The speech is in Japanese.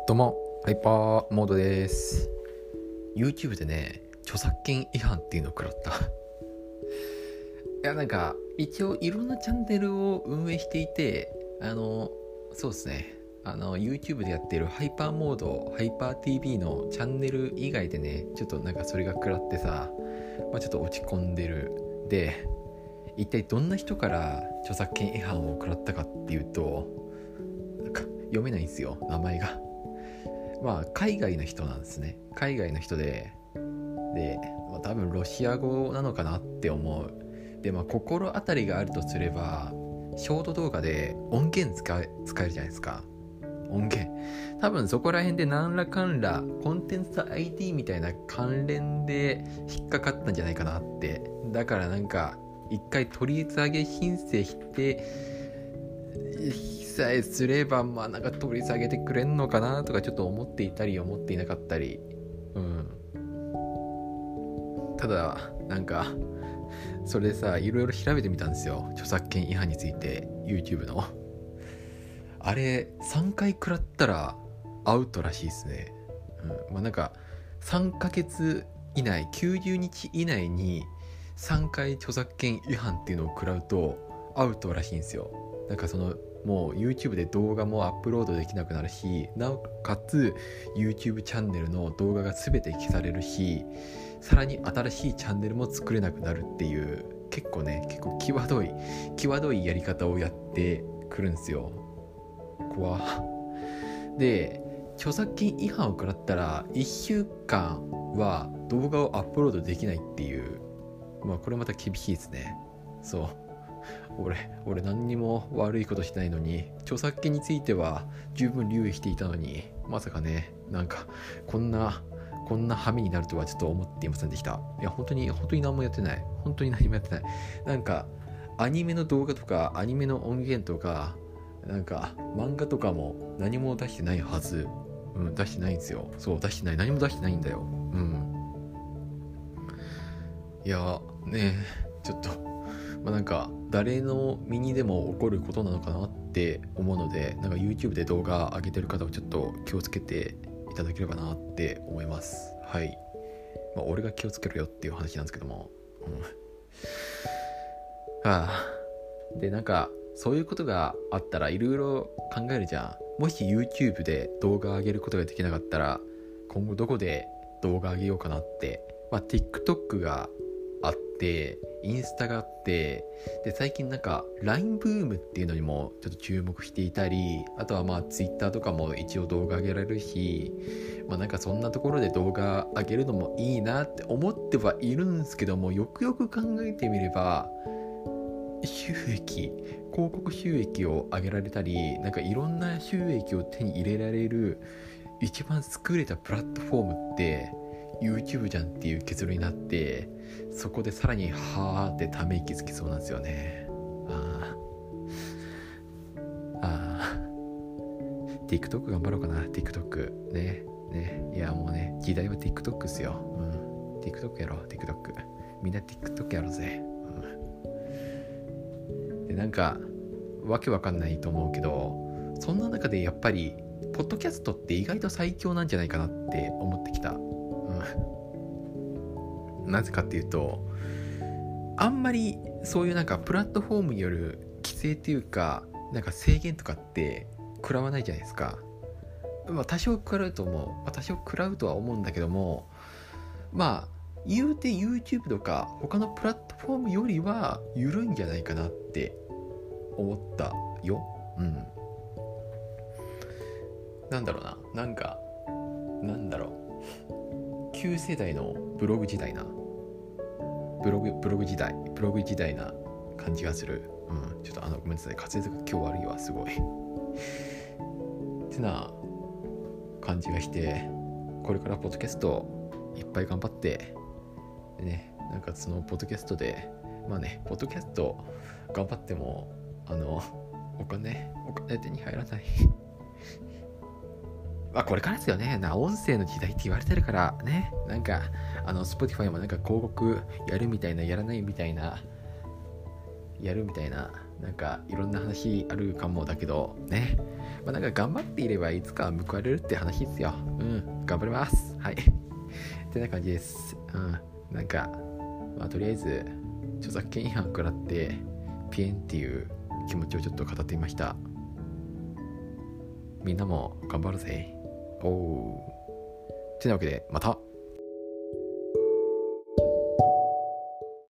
どうもハイパーモードです。 YouTube でね、著作権違反っていうのを食らったいや、なんか一応いろんなチャンネルを運営していて、そうですね、YouTube でやってるハイパーモード、ハイパー TV のチャンネル以外でね、ちょっとなんかそれが食らってさ、ちょっと落ち込んでる。で、一体どんな人から著作権違反を食らったかっていうと、なんか読めないんですよ、名前が。海外の人なんですね。海外の人で、多分ロシア語なのかなって思う。で、心当たりがあるとすれば、ショート動画で音源使えるじゃないですか。音源。多分そこら辺で何らかんらコンテンツ ID みたいな関連で引っかかったんじゃないかなって。だからなんか一回取り下げ申請してさえすれば、なんか取り下げてくれんのかなとかちょっと思っていたり思っていなかったり。ただなんかそれでさ、いろいろ調べてみたんですよ、著作権違反について。 YouTube のあれ3回食らったらアウトらしいですね。なんか3ヶ月以内、90日以内に3回著作権違反っていうのを食らうとアウトらしいんですよ。なんかもう YouTube で動画もアップロードできなくなるし、なおかつ YouTube チャンネルの動画が全て消されるし、さらに新しいチャンネルも作れなくなるっていう、結構際どいやり方をやってくるんですよ。怖で、著作権違反を食らったら1週間は動画をアップロードできないっていう、これまた厳しいですね。そう、俺何にも悪いことしてないのに、著作権については十分留意していたのに、まさかね、なんかこんな羽目になるとはちょっと思っていませんでした。いや、本当に何もやってない。本当に何もやってない。なんかアニメの動画とかアニメの音源とか、なんか漫画とかも何も出してないはず。出してないんですよ。そう、出してない。何も出してないんだよ。いやね、ちょっとなんか誰の身にでも起こることなのかなって思うので、なんか YouTube で動画上げてる方はちょっと気をつけていただければなって思います。はい。俺が気をつけるよっていう話なんですけども、で、なんかそういうことがあったらいろいろ考えるじゃん。もし YouTube で動画上げることができなかったら、今後どこで動画上げようかなって。TikTok があって、インスタがあって、で最近なんか LINE ブームっていうのにもちょっと注目していたり、あとはTwitter とかも一応動画上げられるし、なんかそんなところで動画上げるのもいいなって思ってはいるんですけども、よくよく考えてみれば広告収益を上げられたり、なんかいろんな収益を手に入れられる一番優れたプラットフォームって YouTube じゃんっていう結論になって、そこでさらにはーってため息つきそうなんですよね。TikTok 頑張ろうかな。 TikTok ね。いや、もうね、時代は TikTok っすよ。TikTok やろう。TikTok みんな TikTok やろうぜ。で、なんかわけわかんないと思うけど、そんな中でやっぱりポッドキャストって意外と最強なんじゃないかなって思ってきた。なぜかっていうと、あんまりそういうなんかプラットフォームによる規制っていうか、なんか制限とかって食らわないじゃないですか。多少食らうと思う。多少食らうとは思うんだけども、言うて YouTube とか他のプラットフォームよりは緩いんじゃないかなって思ったよ。なんだろう、旧世代のブログ時代な感じがする。ちょっとごめんなさい、滑舌が今日悪いわ、すごいってな感じがして、これからポッドキャストいっぱい頑張ってね、なんかそのポッドキャストでポッドキャスト頑張ってもお金手に入らないこれからですよね。音声の時代って言われてるからね。なんかSpotify もなんか広告やるみたいな、やらないみたいな、やるみたいな、なんかいろんな話あるかもだけどね。 まあなんか頑張っていればいつか報われるって話ですよ。頑張ります。はい。ってな感じです。なんか、まあとりあえず、著作権違反食らって、ピエンっていう気持ちをちょっと語ってみました。みんなも頑張るぜ。ってなわけで、また。